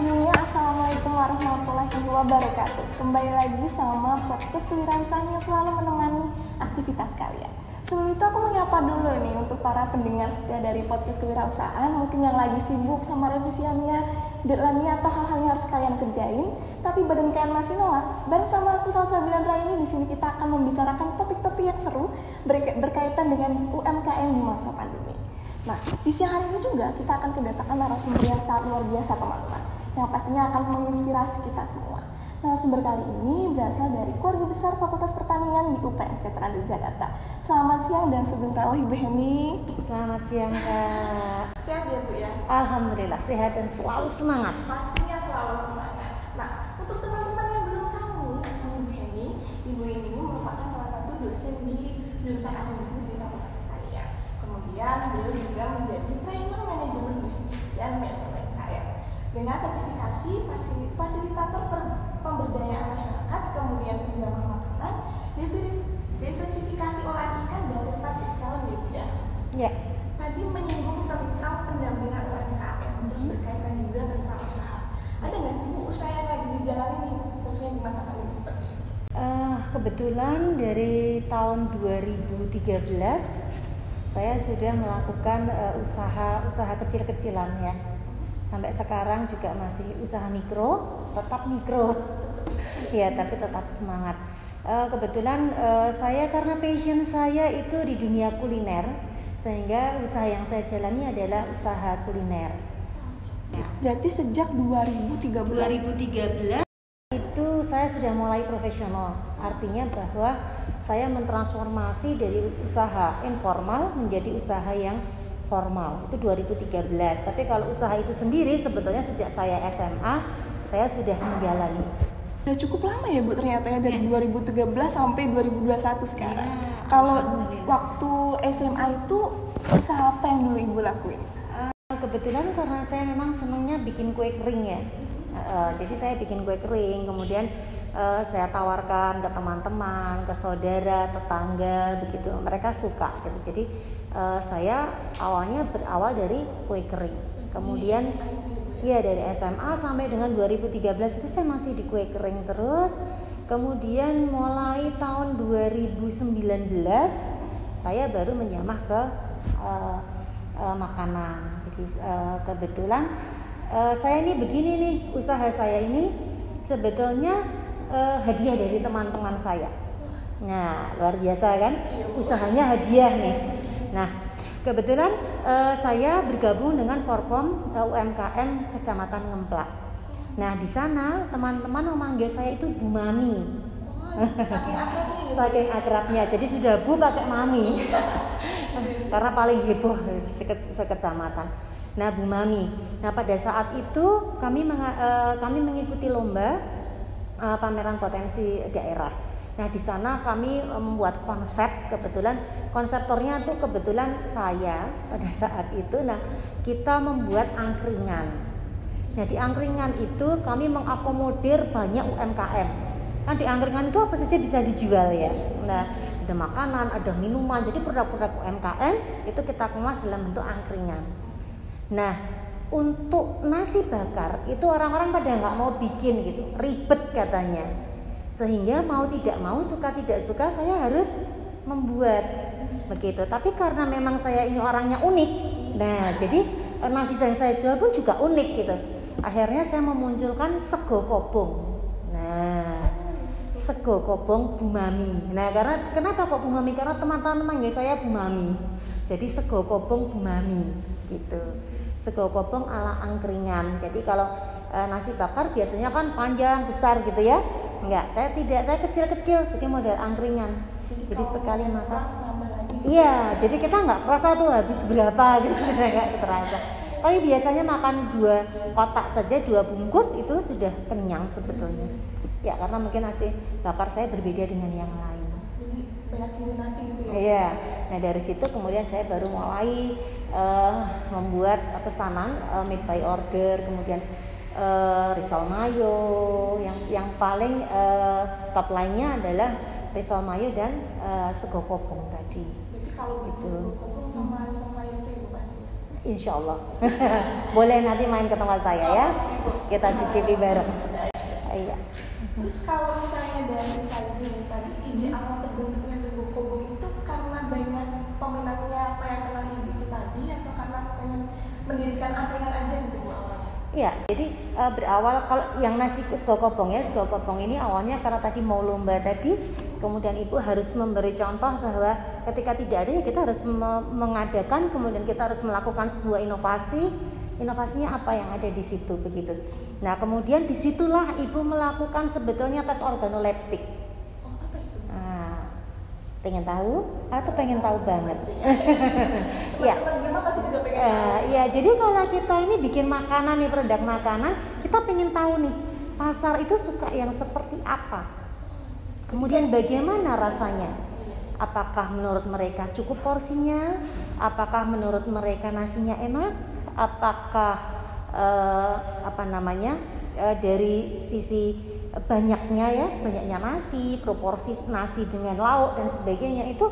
semuanya, Assalamualaikum warahmatullahi wabarakatuh. Kembali lagi sama podcast Kewirausahaan yang selalu menemani aktivitas kalian. Sebelum itu aku menyapa dulu nih untuk para pendengar setia dari podcast Kewirausahaan, mungkin yang lagi sibuk sama revisiannya, deadline-nya atau hal-hal yang harus kalian kerjain, tapi badan kalian masih nolak. Bareng sama aku Salsa Bilandra ini, di sini kita akan membicarakan topik-topik yang seru berkaitan dengan UMKM di masa pandemi. Nah, di siang hari ini juga kita akan kedatangan narasumber yang sangat luar biasa, teman-teman, yang pastinya akan menginspirasi kita semua. Narasumber kali ini berasal dari keluarga besar Fakultas Pertanian di UPN Veteran Jakarta. Selamat siang dan sugeng rawuh Ibu Heni. Selamat siang, Kak. Sehat ya, Bu ya? Alhamdulillah sehat dan selalu semangat. Pastinya selalu semangat. Nah, untuk teman-teman yang belum tahu Ibu Heni, Ibu Heni merupakan salah satu dosen di jurusan agrobisnis di Fakultas Pertanian. Kemudian beliau juga menjadi trainer manajemen bisnis dan manajemen UMKM dengan sertifikasi fasilitator pemberdayaan masyarakat, kemudian penjamah makanan, diversifikasi olahan ikan dan sertifikasi excellent gitu ya. Ya. Tadi menyinggung tentang pendampingan UMKM, terus berkaitan juga tentang usaha. Ada nggak sih Bu usaha yang lagi dijalani nih, khususnya di masa pandemi seperti ini? Kebetulan dari tahun 2013 saya sudah melakukan usaha kecil-kecilan ya. Sampai sekarang juga masih usaha mikro, tetap mikro. Ya, tapi tetap semangat. Kebetulan saya karena passion saya itu di dunia kuliner, sehingga usaha yang saya jalani adalah usaha kuliner. Berarti sejak 2013 itu saya sudah mulai profesional. Artinya bahwa saya mentransformasi dari usaha informal menjadi usaha yang formal. Itu 2013. Tapi kalau usaha itu sendiri sebetulnya sejak saya SMA saya sudah menjalani. Udah cukup lama ya Bu ternyata ya, dari 2013 sampai 2021 sekarang. Kalau waktu SMA itu usaha apa yang dulu Ibu lakuin? Kebetulan karena saya memang senangnya bikin kue kering ya. Jadi saya bikin kue kering, kemudian saya tawarkan ke teman-teman, ke saudara, tetangga begitu. Mereka suka gitu. Jadi saya awalnya berawal dari kue kering. Kemudian ya dari SMA sampai dengan 2013 itu saya masih di kue kering terus. Kemudian mulai tahun 2019 saya baru menjamah ke makanan. Jadi kebetulan saya ini begini nih, usaha saya ini sebetulnya hadiah dari teman-teman saya. Nah, luar biasa kan? Usahanya hadiah nih. Nah, kebetulan saya bergabung dengan Forkom UMKM Kecamatan Ngemplak. Nah, di sana teman-teman memanggil saya itu Bu Mami. Saking akrabnya. Jadi sudah Bu pakai Mami. Karena paling heboh sekecamatan. Nah, Bu Mami. Nah, pada saat itu kami mengikuti lomba pameran potensi daerah. Nah, di sana kami membuat konsep, kebetulan konseptornya itu kebetulan saya pada saat itu. Nah, kita membuat angkringan. Nah, di angkringan itu kami mengakomodir banyak UMKM. Kan di angkringan itu apa saja bisa dijual ya. Nah, ada makanan, ada minuman. Jadi produk-produk UMKM itu kita kemas dalam bentuk angkringan. Nah, untuk nasi bakar itu orang-orang pada nggak mau bikin gitu, ribet katanya. Sehingga mau tidak mau, suka tidak suka saya harus membuat begitu. Tapi karena memang saya ini orangnya unik, nah jadi nasi yang saya jual pun juga unik gitu. Akhirnya saya memunculkan sego kobong. Nah, sego kobong Bu Mami. Nah, karena kenapa kok Bu Mami? Karena teman-teman manggil saya Bu Mami. Jadi sego kobong Bu Mami gitu. Sego kobong ala angkringan. Jadi kalau nasi bakar biasanya kan panjang besar gitu ya. Enggak, saya tidak, saya kecil-kecil, jadi model angkringan. Jadi sekali makan. Iya, jadi kita nggak kerasa tuh habis berapa gitu, nggak terasa. Tapi biasanya makan 2 kotak saja, 2 bungkus itu sudah kenyang sebetulnya. Ya, karena mungkin nasi bakar saya berbeda dengan yang lain. Jadi banyak diminati gitu ya? Iya, nah dari situ kemudian saya baru mulai membuat pesanan made by order, kemudian risol mayo, yang paling top line-nya adalah risol mayo dan sego kobong tadi. Berarti kalau beli sego kobong sama risol mayo itu Ibu pasti? Insya Allah. Boleh nanti main ke tempat saya ya. Kita cicipi bareng. Iya. Terus kalau misalnya dari saya nih, tadi ide awal terbentuknya Sego Kobong itu karena banyak peminatnya apa yang kenal ibu itu tadi, atau karena pengen mendirikan angkringan aja gitu Bu awalnya? Iya, jadi berawal kalau yang nasi Sego Kobong ya, Sego Kobong ini awalnya karena tadi mau lomba tadi, kemudian ibu harus memberi contoh bahwa ketika tidak ada ya kita harus mengadakan, kemudian kita harus melakukan sebuah inovasi. Inovasinya apa yang ada di situ begitu. Nah kemudian disitulah ibu melakukan sebetulnya tes organoleptik. Oh, apa itu? Nah, pengen tahu atau pengen tahu banget? Ya. Ya, jadi kalau kita ini bikin makanan nih, produk makanan, kita pengen tahu nih pasar itu suka yang seperti apa. Kemudian bagaimana rasanya? Apakah menurut mereka cukup porsinya? Apakah menurut mereka nasinya enak? Apakah dari sisi banyaknya nasi, proporsi nasi dengan lauk dan sebagainya itu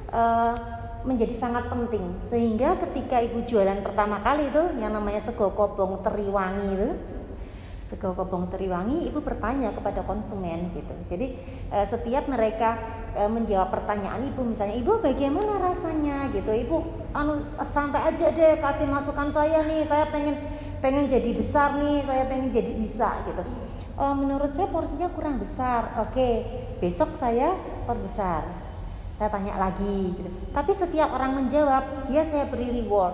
menjadi sangat penting. Sehingga ketika ibu jualan pertama kali itu yang namanya Sego Kobong Teriwangi itu, Sego Kobong Teriwangi, ibu bertanya kepada konsumen gitu. Jadi setiap mereka menjawab pertanyaan ibu, misalnya ibu bagaimana rasanya gitu, ibu santai aja deh, kasih masukan saya nih, saya pengen jadi besar nih, saya pengen jadi bisa gitu. Menurut saya porsinya kurang besar. Oke, besok saya perbesar. Saya tanya lagi gitu. Tapi setiap orang menjawab, dia saya beri reward.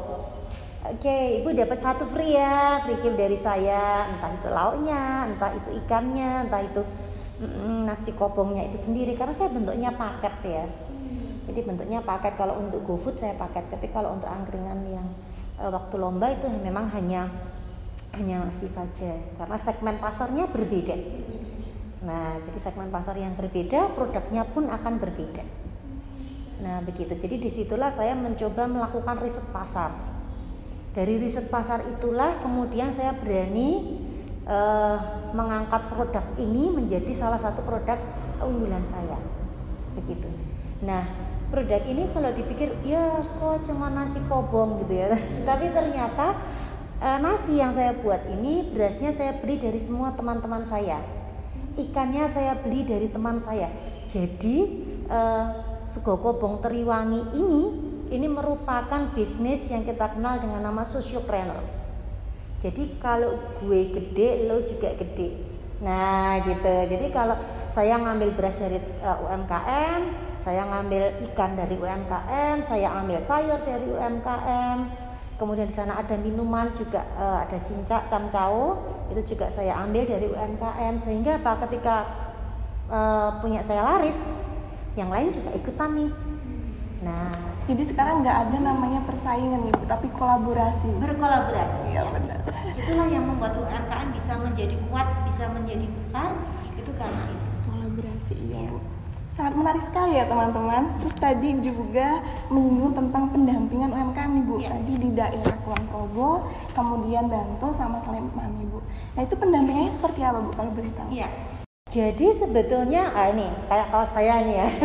Oke, ibu dapat satu free ya, free gift dari saya, entah itu lauknya, entah itu ikannya, entah itu nasi kobongnya itu sendiri, karena saya bentuknya paket ya. Jadi bentuknya paket, kalau untuk GoFood saya paket, tapi kalau untuk angkringan yang waktu lomba itu memang hanya nasi saja, karena segmen pasarnya berbeda. Nah, jadi segmen pasar yang berbeda, produknya pun akan berbeda. Nah, begitu. Jadi disitulah saya mencoba melakukan riset pasar. Dari riset pasar itulah kemudian saya berani mengangkat produk ini menjadi salah satu produk unggulan saya. Begitu. Nah, produk ini kalau dipikir ya kok cuma nasi kobong gitu ya. Tapi ternyata nasi yang saya buat ini, berasnya saya beli dari semua teman-teman saya. Ikannya saya beli dari teman saya. Jadi Sego Kobong Teriwangi ini merupakan bisnis yang kita kenal dengan nama sociopreneur. Jadi kalau gue gede, lo juga gede. Nah gitu. Jadi kalau saya ngambil beras dari UMKM, saya ngambil ikan dari UMKM, saya ambil sayur dari UMKM. Kemudian di sana ada minuman juga, ada cincak, camcao, itu juga saya ambil dari UMKM. Sehingga ketika punya saya laris, yang lain juga ikutan nih. Nah, jadi sekarang nggak ada namanya persaingan ibu, tapi kolaborasi. Berkolaborasi. Iya benar. Itulah yang membuat UMKM bisa menjadi kuat, bisa menjadi besar, itu karena itu. Kolaborasi, iya Bu. Sangat menarik sekali ya teman-teman. Terus tadi juga menyinggung tentang pendampingan UMKM nih Bu. Tadi di daerah Kulon Progo, kemudian Bantul sama Sleman nih Bu. Nah itu pendampingannya seperti apa Bu kalau boleh tahu? Iya. Jadi sebetulnya ini kayak kalau saya nih ya.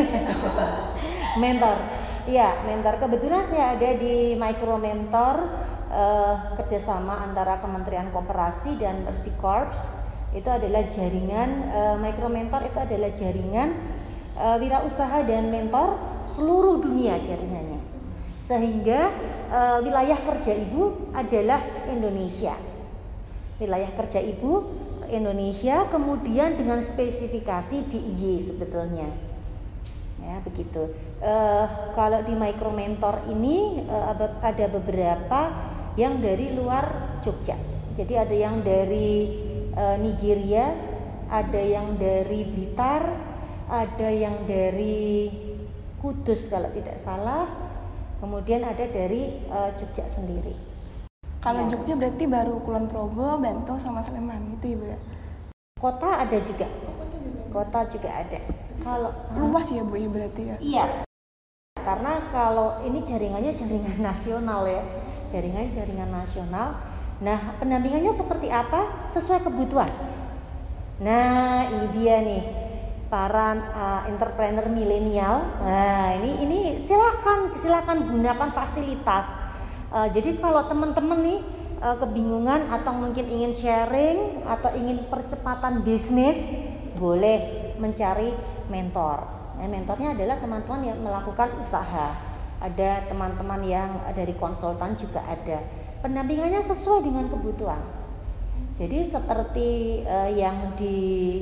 Mentor. Iya, mentor. Kebetulan saya ada di Micro Mentor, kerjasama antara Kementerian Koperasi dan Persikorps. Itu adalah jaringan Micro Mentor, itu adalah jaringan wirausaha dan mentor seluruh dunia jaringannya. Sehingga wilayah kerja ibu adalah Indonesia. Wilayah kerja ibu Indonesia, kemudian dengan spesifikasi DIY sebetulnya. Ya, begitu. Kalau di Micro Mentor ini ada beberapa yang dari luar Jogja. Jadi ada yang dari Nigeria, ada yang dari Blitar, ada yang dari Kudus kalau tidak salah, kemudian ada dari Jogja sendiri. Kalau Jogja berarti baru Kulon Progo, Bantul sama Sleman gitu ya Bu ya? Kota ada juga. Kota juga ada. Kalau luas ya Bu ya berarti ya? Iya. Karena kalau ini jaringannya jaringan nasional ya. Jaringan nasional. Nah, pendampingannya seperti apa? Sesuai kebutuhan. Nah, ini dia nih. Para entrepreneur milenial. Nah, ini silakan gunakan fasilitas Jadi kalau teman-teman nih kebingungan atau mungkin ingin sharing atau ingin percepatan bisnis, boleh mencari mentor. Mentornya adalah teman-teman yang melakukan usaha. Ada teman-teman yang dari konsultan juga ada. Pendampingannya sesuai dengan kebutuhan. Jadi seperti yang di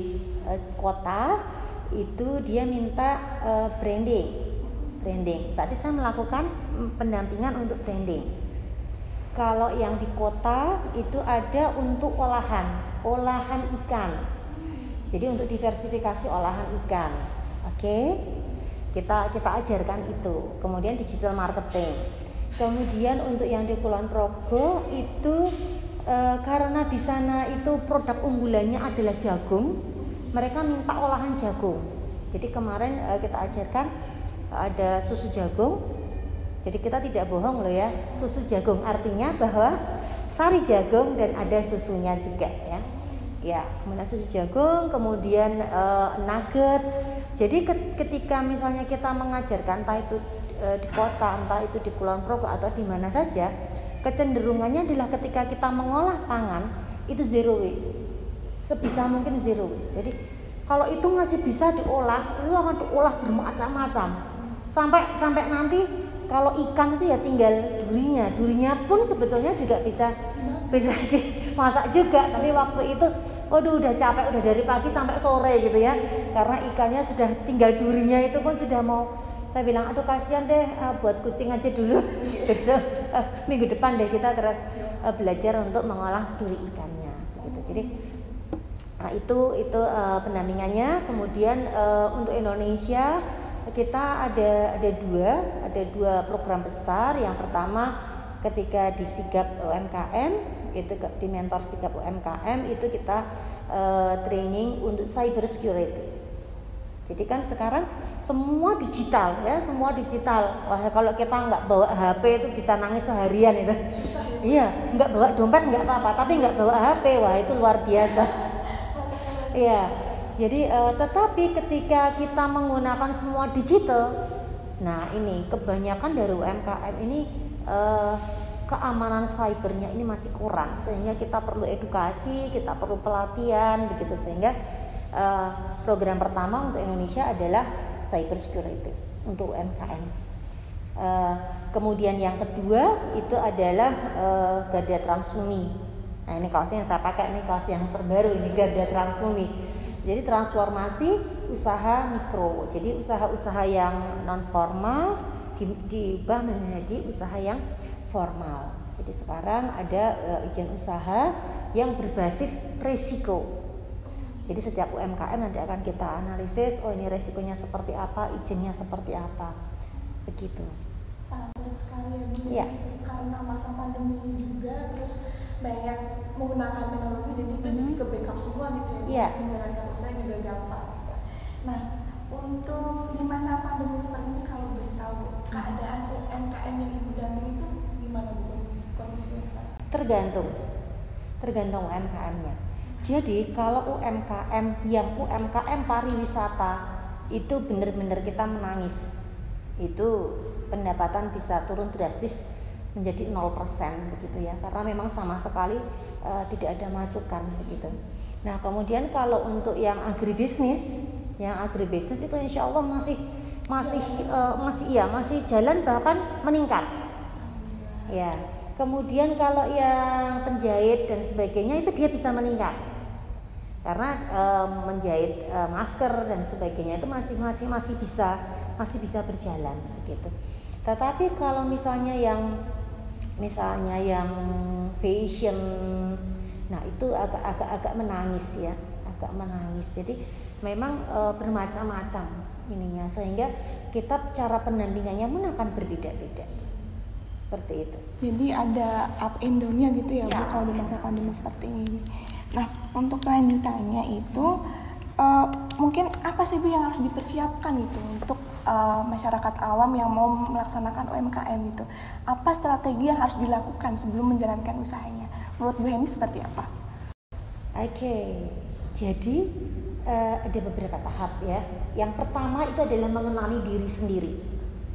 kota itu dia minta branding. Berarti saya melakukan pendampingan untuk branding. Kalau yang di kota itu ada untuk olahan ikan. Jadi untuk diversifikasi olahan ikan. Oke. Kita ajarkan itu. Kemudian digital marketing. Kemudian untuk yang di Kulon Progo itu karena di sana itu produk unggulannya adalah jagung, mereka minta olahan jagung. Jadi kemarin kita ajarkan ada susu jagung. Jadi kita tidak bohong loh ya, susu jagung artinya bahwa sari jagung dan ada susunya juga ya. Ya, kemudian susu jagung, kemudian nugget. Jadi ketika misalnya kita mengajarkan entah itu di kota, entah itu di Kulon Progo atau di mana saja, kecenderungannya adalah ketika kita mengolah pangan itu zero waste. Sebisa mungkin zero waste. Jadi kalau itu masih bisa diolah, itu akan diolah bermacam-macam. Sampai nanti kalau ikan itu ya tinggal durinya pun sebetulnya juga bisa dimasak juga. Tapi waktu itu, waduh udah capek, udah dari pagi sampai sore gitu ya. Karena ikannya sudah tinggal durinya itu pun sudah mau, saya bilang aduh kasihan deh, buat kucing aja dulu. Besok minggu depan deh kita terus belajar untuk mengolah duri ikannya. Gitu. Jadi itu pendampingannya. Kemudian untuk Indonesia kita ada dua program besar. Yang pertama ketika di Sigap UMKM itu di mentor Sigap UMKM itu kita training untuk cyber security. Jadi kan sekarang semua digital ya, semua digital. Wah kalau kita nggak bawa HP itu bisa nangis seharian itu. Iya, nggak bawa dompet nggak apa-apa, tapi nggak bawa HP, wah itu luar biasa. Iya. Jadi tetapi ketika kita menggunakan semua digital, nah ini kebanyakan dari UMKM ini keamanan cybernya ini masih kurang, sehingga kita perlu edukasi, kita perlu pelatihan begitu. Sehingga program pertama untuk Indonesia adalah cyber security untuk UMKM. Kemudian yang kedua itu adalah Garda Transfumi. Nah ini kaosnya yang saya pakai, ini kaos yang terbaru ini Garda Transfumi. Jadi transformasi usaha mikro. Jadi usaha-usaha yang non formal diubah menjadi usaha yang formal. Jadi sekarang ada izin usaha yang berbasis risiko. Jadi setiap UMKM nanti akan kita analisis, oh ini resikonya seperti apa, izinnya seperti apa. Begitu. Sangat seru sekali ya Bu. Ya. Karena masa pandemi ini juga terus banyak menggunakan teknologi dan itu jadi ke backup semua gitu ya. Menjalankan usaha juga gampang. Nah, untuk di masa pandemi seperti ini kalau boleh tahu keadaan UMKM yang Ibu dampingi itu gimana Bu kondisinya sekarang? Tergantung UMKM-nya. Jadi kalau UMKM pariwisata itu benar-benar kita menangis. Itu pendapatan bisa turun drastis menjadi 0% begitu ya, karena memang sama sekali tidak ada masukan begitu. Nah kemudian kalau untuk yang agribisnis itu insya Allah masih jalan bahkan meningkat. Ya. Kemudian kalau yang penjahit dan sebagainya itu dia bisa meningkat karena menjahit masker dan sebagainya itu masih bisa berjalan begitu. Tetapi kalau misalnya yang fashion, nah itu agak menangis ya, Jadi memang bermacam-macam ininya, sehingga kita cara pendampingannya pun akan berbeda-beda. Seperti itu. Jadi ada up and down-nya gitu ya, Bu, kalau di masa pandemi seperti ini. Nah, untuk lanjutannya itu mungkin apa sih Bu yang harus dipersiapkan itu untuk masyarakat awam yang mau melaksanakan UMKM gitu? Apa strategi yang harus dilakukan sebelum menjalankan usahanya? Menurut Bu Heni seperti apa? Oke, jadi ada beberapa tahap ya. Yang pertama itu adalah mengenali diri sendiri.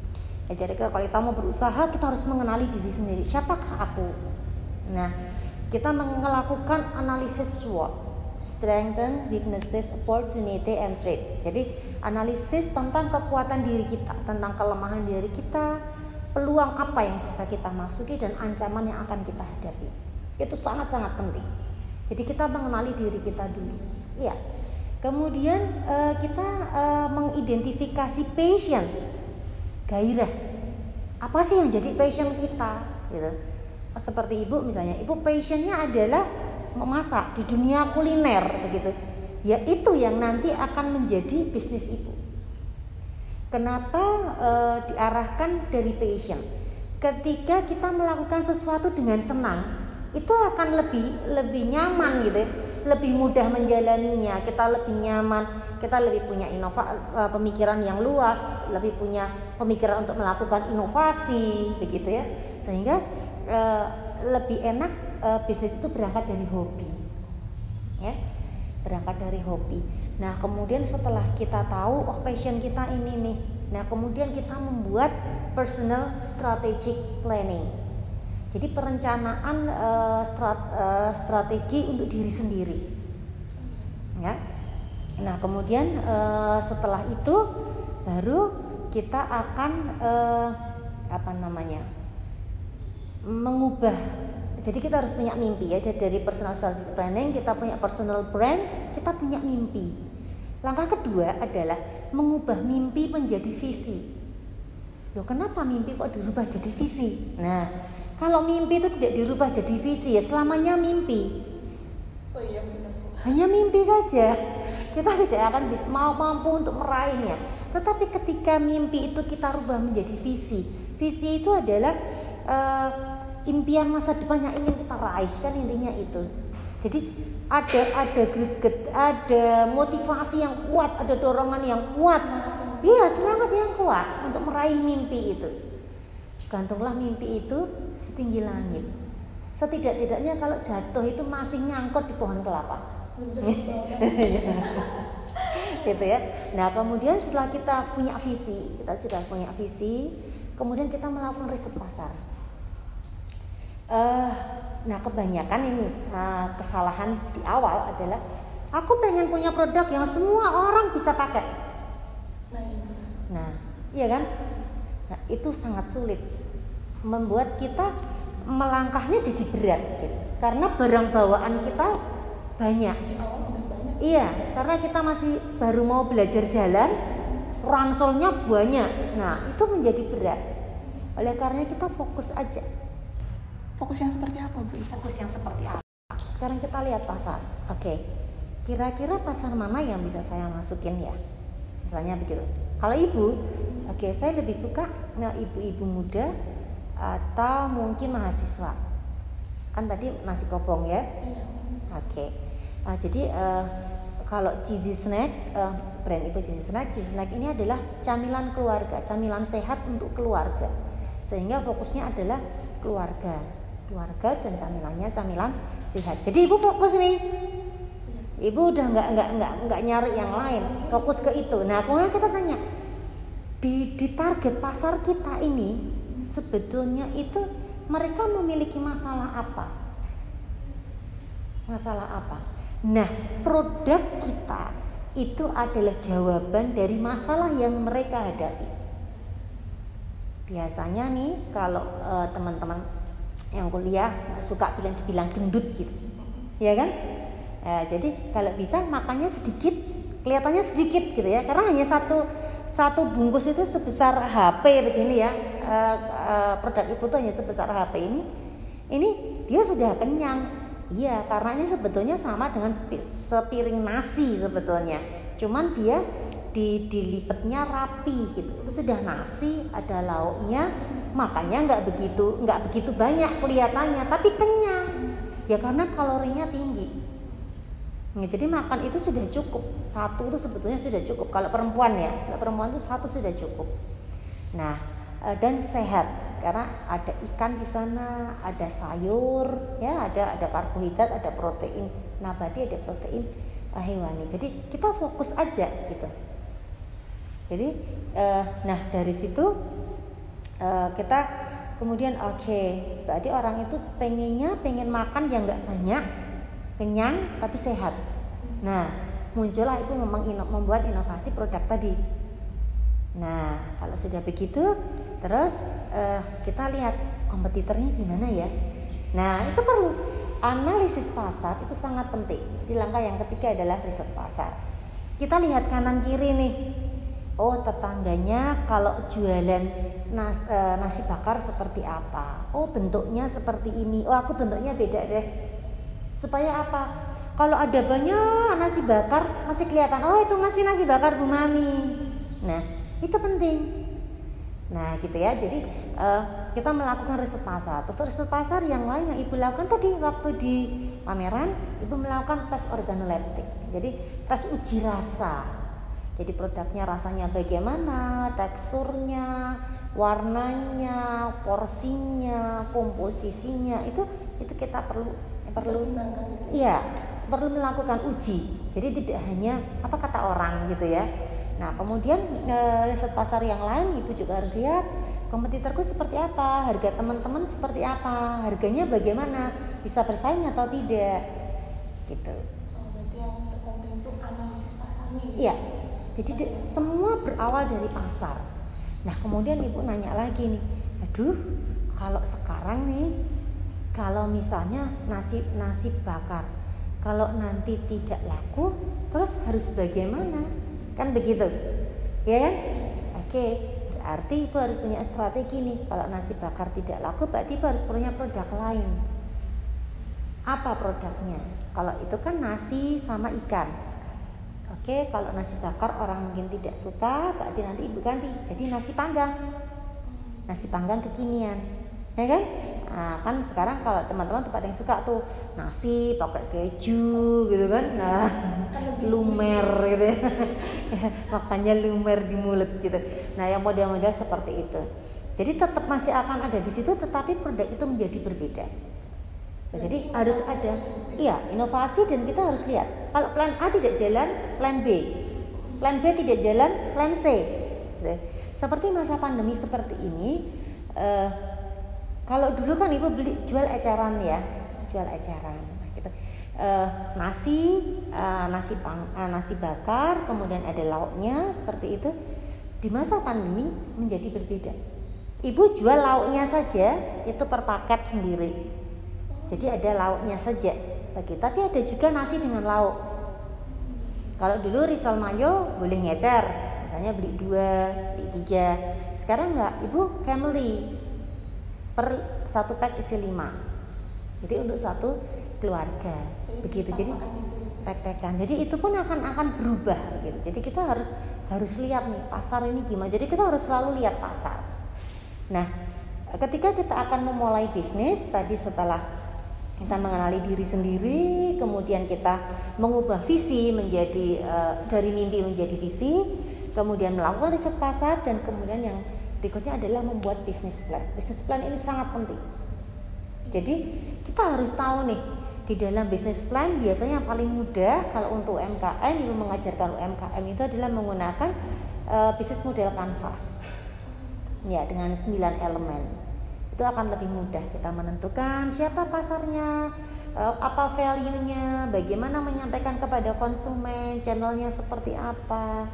Ya, jadi kalau kita mau berusaha, kita harus mengenali diri sendiri. Siapakah aku? Nah, kita melakukan analisis SWOT, strength, weaknesses, opportunity, and threat. Jadi analisis tentang kekuatan diri kita, tentang kelemahan diri kita, peluang apa yang bisa kita masuki, dan ancaman yang akan kita hadapi. Itu sangat-sangat penting. Jadi kita mengenali diri kita dulu. Ya. Kemudian kita mengidentifikasi passion, gairah. Apa sih yang jadi passion kita? Gitu. Seperti ibu misalnya, ibu passionnya adalah memasak di dunia kuliner begitu. Ya itu yang nanti akan menjadi bisnis ibu. Kenapa diarahkan dari passion? Ketika kita melakukan sesuatu dengan senang, itu akan lebih nyaman gitu, lebih mudah menjalaninya. Kita lebih nyaman, kita lebih punya pemikiran yang luas, lebih punya pemikiran untuk melakukan inovasi begitu ya. Sehingga lebih enak bisnis itu berangkat dari hobi, ya, berangkat dari hobi. Nah kemudian setelah kita tahu passion kita ini nih, nah kemudian kita membuat personal strategic planning. Jadi perencanaan strategi untuk diri sendiri, ya. Nah kemudian setelah itu baru kita akan mengubah. Jadi kita harus punya mimpi ya. Jadi dari personal strategic planning kita punya personal brand, kita punya mimpi. Langkah kedua adalah mengubah mimpi menjadi visi. Loh, kenapa mimpi kok dirubah jadi visi? Nah, kalau mimpi itu tidak dirubah jadi visi ya selamanya mimpi. Oh iya benar. Hanya mimpi saja. Kita tidak akan mampu untuk meraihnya. Tetapi ketika mimpi itu kita rubah menjadi visi. Visi itu adalah impian masa depan yang ingin kita raih, kan intinya itu. Jadi ada greget, ada motivasi yang kuat, ada dorongan yang kuat. Iya, semangat yang kuat untuk meraih mimpi itu. Gantunglah mimpi itu setinggi langit. Setidak-tidaknya kalau jatuh itu masih nyangkut di pohon kelapa. Gitu ya. Nah, kemudian setelah kita punya visi, kemudian kita melakukan riset pasar. Nah kebanyakan ini kesalahan di awal adalah aku pengen punya produk yang semua orang bisa pakai. Nah, iya kan? Nah, itu sangat sulit, membuat kita melangkahnya jadi berat, gitu. Karena barang bawaan kita banyak. Iya, karena kita masih baru mau belajar jalan, ranselnya banyak. Nah, itu menjadi berat. Oleh karena kita fokus aja. Fokus yang seperti apa, Bu? Fokus yang seperti apa? Sekarang kita lihat pasar. Oke. Kira-kira pasar mana yang bisa saya masukin ya? Misalnya begitu. Kalau ibu, saya lebih suka ibu-ibu muda atau mungkin mahasiswa. Kan tadi nasi kobong ya? Oke. Jadi kalau Cheesy Snack, brand ibu Cheesy Snack ini adalah camilan keluarga, camilan sehat untuk keluarga. Sehingga fokusnya adalah keluarga dan camilannya camilan sehat. Jadi ibu fokus nih, ibu udah nggak nyari yang lain, fokus ke itu. Nah kemudian kita tanya di target pasar kita ini sebetulnya itu mereka memiliki masalah apa? Nah produk kita itu adalah jawaban dari masalah yang mereka hadapi. Biasanya nih kalau teman-teman yang kuliah suka dibilang gendut gitu, ya kan? Jadi kalau bisa makannya sedikit, kelihatannya sedikit gitu ya, karena hanya satu bungkus itu sebesar HP begini ya, produk ibu tuh hanya sebesar HP ini dia sudah kenyang. Iya, karena ini sebetulnya sama dengan sepiring nasi sebetulnya, cuman dia dilipetnya rapi gitu. Itu sudah nasi, ada lauknya, makannya nggak begitu banyak kelihatannya, tapi kenyang. Ya karena kalorinya tinggi. Nah, jadi makan itu sudah cukup. Satu itu sebetulnya sudah cukup. Kalau perempuan itu satu sudah cukup. Nah, dan sehat karena ada ikan di sana, ada sayur, ya ada karbohidrat, ada protein nabati, ada protein hewani. Jadi kita fokus aja gitu. Jadi, nah dari situ Kita kemudian berarti orang itu pengen makan yang nggak banyak, kenyang tapi sehat. Nah, muncullah itu membuat inovasi produk tadi. Nah, kalau sudah begitu, terus kita lihat kompetitornya gimana ya. Nah, itu perlu analisis pasar, itu sangat penting. Jadi langkah yang ketiga adalah riset pasar. Kita lihat kanan kiri nih. Oh, tetangganya kalau jualan nasi bakar seperti apa? Oh, bentuknya seperti ini. Oh, aku bentuknya beda deh. Supaya apa? Kalau ada banyak nasi bakar masih kelihatan, oh itu masih nasi bakar Bu Mami. Nah, itu penting. Nah, gitu ya. Jadi kita melakukan riset pasar. Terus riset pasar yang lain yang Ibu lakukan tadi waktu di pameran, Ibu melakukan tes organoleptik. Jadi tes uji rasa. Jadi produknya rasanya bagaimana, teksturnya, warnanya, porsinya, komposisinya, itu kita perlu melakukan uji. Jadi tidak hanya apa kata orang gitu ya. Nah, kemudian riset pasar yang lain Ibu juga harus lihat kompetitorku seperti apa, harga teman-teman seperti apa, harganya bagaimana, bisa bersaing atau tidak, gitu. Berarti yang terpenting itu analisis pasarnya. Iya. Jadi semua berawal dari pasar. Nah, kemudian Ibu nanya lagi nih, aduh, kalau sekarang nih, kalau misalnya nasi bakar, kalau nanti tidak laku, terus harus bagaimana? Kan begitu, ya kan? Oke, berarti Ibu harus punya strategi nih. Kalau nasi bakar tidak laku, berarti Ibu harus punya produk lain. Apa produknya? Kalau itu kan nasi sama ikan. Oke, kalau nasi bakar orang mungkin tidak suka, berarti nanti Ibu ganti jadi nasi panggang. Nasi panggang kekinian, ya kan? Nah, kan sekarang kalau teman-teman tuh pada yang suka tuh nasi pakai keju gitu kan. Nah, lumer gitu ya. Makanya lumer di mulut gitu. Nah, yang model-model seperti itu. Jadi tetap masih akan ada di situ, tetapi produk itu menjadi berbeda. Jadi harus ada inovasi, dan kita harus lihat kalau plan A tidak jalan, plan B tidak jalan, plan C. Seperti masa pandemi seperti ini, kalau dulu kan Ibu jual eceran ya, gitu. Nasi bakar, kemudian ada lauknya seperti itu. Di masa pandemi menjadi berbeda. Ibu jual lauknya saja itu per paket sendiri. Jadi ada lauknya saja tapi ada juga nasi dengan lauk. Kalau dulu risol mayo boleh ngecer, misalnya beli 2, beli 3. Sekarang enggak, Ibu family per 1 pack isi 5. Jadi untuk satu keluarga begitu. Jadi pack-packan. Jadi itu pun akan berubah gitu. Jadi kita harus lihat nih pasar ini gimana. Jadi kita harus selalu lihat pasar. Nah, ketika kita akan memulai bisnis tadi, setelah kita mengenali diri sendiri, kemudian kita mengubah visi menjadi dari mimpi menjadi visi, kemudian melakukan riset pasar, dan kemudian yang berikutnya adalah membuat bisnis plan. Bisnis plan ini sangat penting. Jadi kita harus tahu nih, di dalam bisnis plan biasanya yang paling mudah kalau untuk UMKM, Ibu mengajarkan UMKM itu adalah menggunakan bisnis model kanvas. Ya, dengan 9 elemen. Itu akan lebih mudah kita menentukan siapa pasarnya, apa value-nya, bagaimana menyampaikan kepada konsumen, channelnya seperti apa,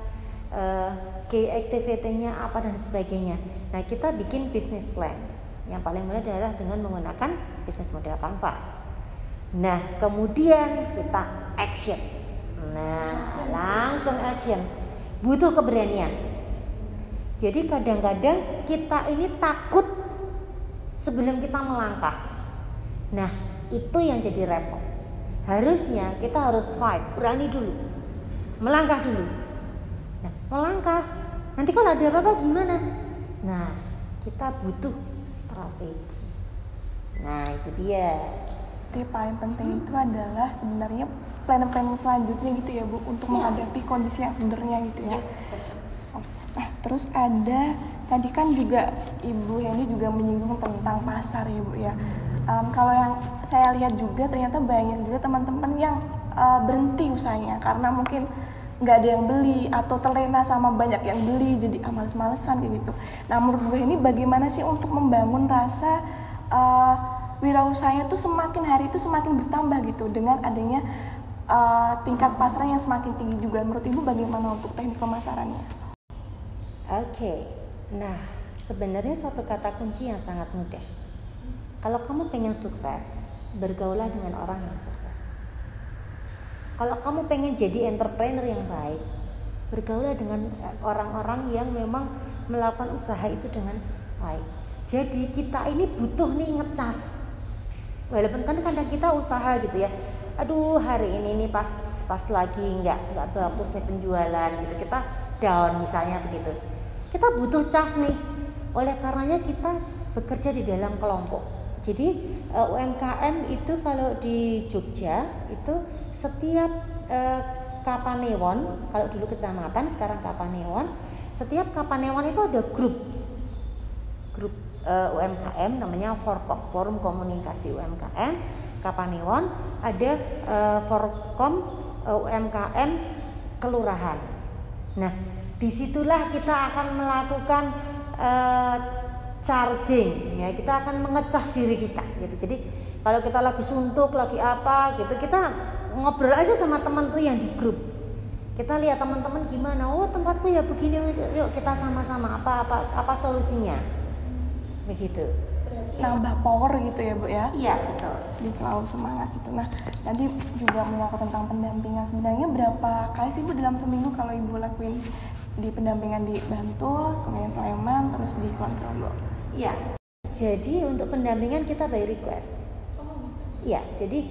key activity-nya apa, dan sebagainya. Nah, kita bikin business plan. Yang paling mudah adalah dengan menggunakan business model canvas. Nah, kemudian kita action. Nah, langsung action. Butuh keberanian. Jadi kadang-kadang kita ini takut sebelum kita melangkah. Nah, itu yang jadi repot. Harusnya kita harus fight, berani dulu, melangkah dulu. Nah, melangkah, nanti kalau ada apa-apa gimana? Nah, kita butuh strategi. Nah, itu dia. Yang paling penting itu adalah sebenarnya plan-plan selanjutnya gitu ya Bu, untuk menghadapi kondisi yang sebenarnya gitu ya. Nah, terus ada tadi kan juga Ibu Heni juga menyinggung tentang pasar ya Bu ya. Kalau yang saya lihat juga ternyata banyak juga teman-teman yang berhenti usahanya karena mungkin nggak ada yang beli atau terlena sama banyak yang beli jadi males-malesan kayak gitu. Nah menurut Bu Heni bagaimana sih untuk membangun rasa wirausahanya tuh semakin hari itu semakin bertambah gitu dengan adanya tingkat pasaran yang semakin tinggi juga. Menurut Ibu bagaimana untuk teknik pemasarannya? Oke, nah sebenarnya satu kata kunci yang sangat mudah. Kalau kamu pengen sukses, bergaulah dengan orang yang sukses. Kalau kamu pengen jadi entrepreneur yang baik, bergaulah dengan orang-orang yang memang melakukan usaha itu dengan baik. Jadi kita ini butuh nih ngecas. Walaupun kan kadang kita usaha gitu ya. Aduh hari ini nih pas lagi nggak bagus nih penjualan gitu, kita down misalnya begitu. Kita butuh cas nih. Oleh karenanya kita bekerja di dalam kelompok. Jadi UMKM itu kalau di Jogja itu setiap Kapanewon, kalau dulu kecamatan sekarang Kapanewon, setiap Kapanewon itu ada grup UMKM namanya Forkom, Forum Komunikasi UMKM Kapanewon, ada Forkom UMKM Kelurahan. Nah, disitulah kita akan melakukan charging, ya kita akan mengecas diri kita gitu. Jadi kalau kita lagi suntuk, lagi apa gitu, kita ngobrol aja sama teman tuh yang di grup. Kita lihat teman-teman gimana, oh tempatku ya begini, yuk kita sama-sama apa solusinya, begitu. Nambah power gitu ya Bu ya? Iya betul. Dia selalu semangat gitu. Nah tadi juga menyangkut tentang pendampingan. Sebenarnya berapa kali sih Bu dalam seminggu kalau Ibu lakuin di pendampingan di Bantul, kemudian Sleman, terus di Kulon Progo? Iya. Jadi untuk pendampingan kita by request. Iya. Jadi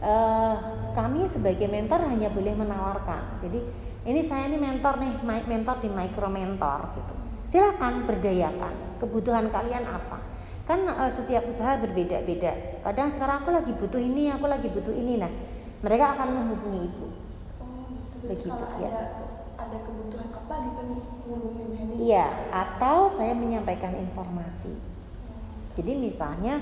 kami sebagai mentor hanya boleh menawarkan. Jadi ini saya nih mentor di micro mentor gitu. Silakan berdayakan. Kebutuhan kalian apa? Kan setiap usaha berbeda-beda. Kadang sekarang aku lagi butuh ini, aku lagi butuh ini. Nah, mereka akan menghubungi Ibu. Oh gitu. Begitu kalau ya. Ada kebutuhan apa gitu nih menghubungi Bu Heni? Iya, atau saya menyampaikan informasi. Jadi misalnya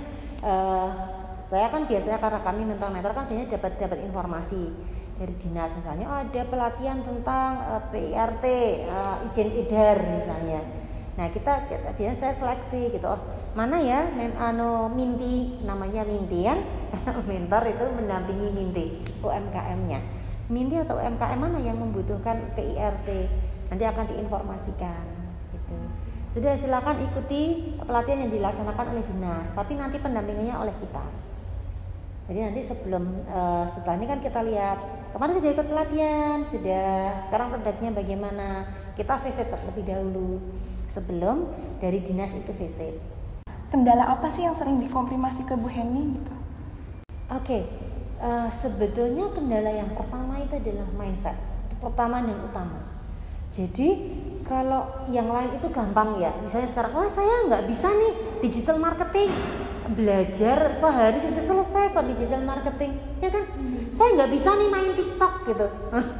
saya kan biasanya karena kami mentor-mentor kan biasanya dapat informasi dari dinas, misalnya ada pelatihan tentang PIRT, izin edar misalnya. Nah kita biasanya saya seleksi gitu, oh mana ya Minti, namanya Minti kan mentor itu mendampingi Minti UMKM-nya. Minti atau UMKM mana yang membutuhkan PIRT, nanti akan diinformasikan gitu. Sudah silakan ikuti pelatihan yang dilaksanakan oleh dinas, tapi nanti pendampingannya oleh kita. Jadi nanti setelah ini kan kita lihat kemarin sudah ikut pelatihan, sekarang produknya bagaimana, kita visit terlebih dahulu sebelum dari dinas itu visit. Kendala apa sih yang sering dikonfirmasi ke Bu Heni gitu? Oke. Sebetulnya kendala yang pertama itu adalah mindset, itu pertama dan utama. Jadi kalau yang lain itu gampang ya, misalnya sekarang saya nggak bisa nih digital marketing, belajar sehari saja selesai kok digital marketing, ya kan? Saya nggak bisa nih main TikTok gitu,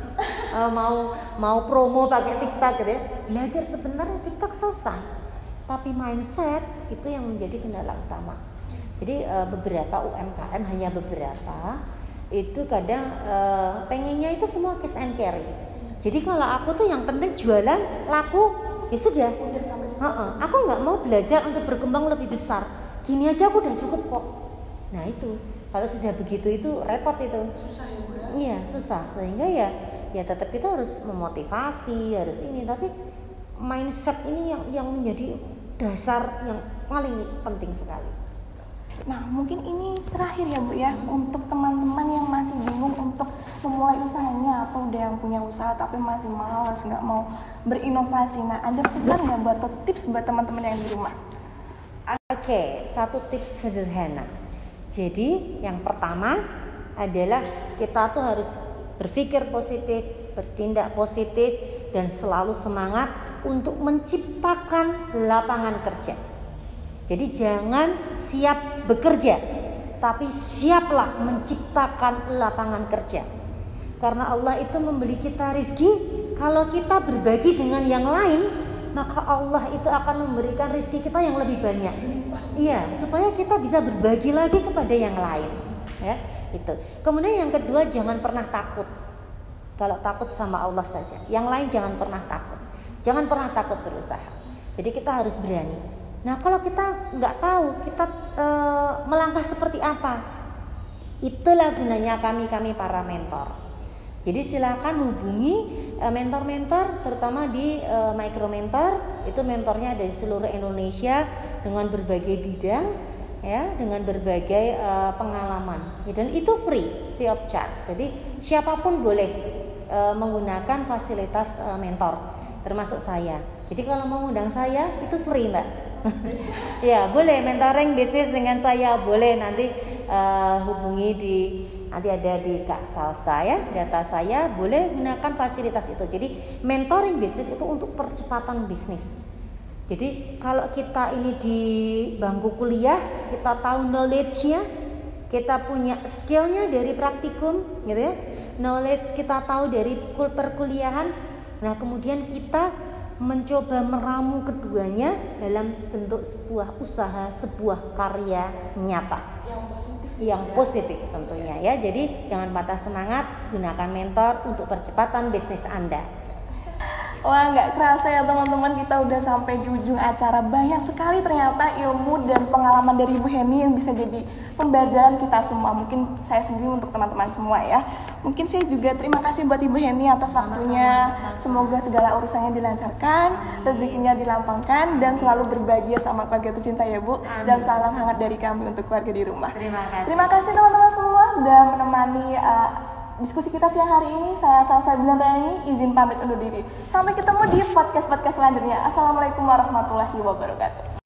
mau promo pakai TikTok gitu ya, belajar sebenarnya TikTok selesai, tapi mindset itu yang menjadi kendala utama. Jadi beberapa UMKM, hanya beberapa, itu kadang pengennya itu semua cash and carry. Jadi kalau aku tuh yang penting jualan, laku, ya sudah. Aku nggak mau belajar untuk berkembang lebih besar. Gini aja aku udah cukup kok. Nah itu, kalau sudah begitu itu repot itu. Susah ya Bu ya? Iya susah. Sehingga ya tetap kita harus memotivasi, harus ini. Tapi mindset ini yang menjadi dasar yang paling penting sekali. Nah mungkin ini terakhir ya Bu ya, untuk teman-teman yang masih bingung untuk memulai usahanya atau udah yang punya usaha tapi masih malas, nggak mau berinovasi. Nah ada pesan nggak buat atau tips buat teman-teman yang di rumah? Oke, satu tips sederhana. Jadi yang pertama adalah kita tuh harus berpikir positif, bertindak positif, dan selalu semangat untuk menciptakan lapangan kerja. Jadi jangan siap bekerja, tapi siaplah menciptakan lapangan kerja. Karena Allah itu memberi kita rizki. Kalau kita berbagi dengan yang lain, maka Allah itu akan memberikan rizki kita yang lebih banyak. Iya, supaya kita bisa berbagi lagi kepada yang lain. Ya, itu. Kemudian yang kedua, jangan pernah takut. Kalau takut sama Allah saja. Yang lain jangan pernah takut. Jangan pernah takut berusaha. Jadi kita harus berani. Nah kalau kita nggak tahu kita melangkah seperti apa, itulah gunanya kami para mentor. Jadi silakan hubungi mentor-mentor, terutama di Micromentor. Itu mentornya dari seluruh Indonesia dengan berbagai bidang, ya, dengan berbagai pengalaman. Dan itu free of charge. Jadi siapapun boleh menggunakan fasilitas mentor, termasuk saya. Jadi kalau mau undang saya itu free, Mbak. Ya boleh mentoring bisnis dengan saya, boleh nanti hubungi nanti ada di Kak Salsa ya, data saya, boleh gunakan fasilitas itu. Jadi mentoring bisnis itu untuk percepatan bisnis. Jadi kalau kita ini di bangku kuliah, kita tahu knowledge-nya, kita punya skill-nya dari praktikum gitu ya, knowledge kita tahu dari perkuliahan. Nah kemudian kita mencoba meramu keduanya dalam bentuk sebuah usaha, sebuah karya nyata yang positif tentunya ya. Jadi jangan patah semangat, gunakan mentor untuk percepatan bisnis Anda. Wah, nggak kerasa ya teman-teman, kita udah sampai di ujung acara. Banyak sekali ternyata ilmu dan pengalaman dari Ibu Heni yang bisa jadi pembelajaran kita semua. Mungkin saya sendiri untuk teman-teman semua ya. Mungkin saya juga terima kasih buat Ibu Heni atas waktunya. Semoga segala urusannya dilancarkan, rezekinya dilapangkan, dan selalu berbahagia sama keluarga tercinta ya Bu. Dan salam hangat dari kami untuk keluarga di rumah. Terima kasih teman-teman semua sudah menemani diskusi kita siang hari ini. Saya Salsa Binandani izin pamit undur diri. Sampai ketemu di podcast selanjutnya. Assalamualaikum warahmatullahi wabarakatuh.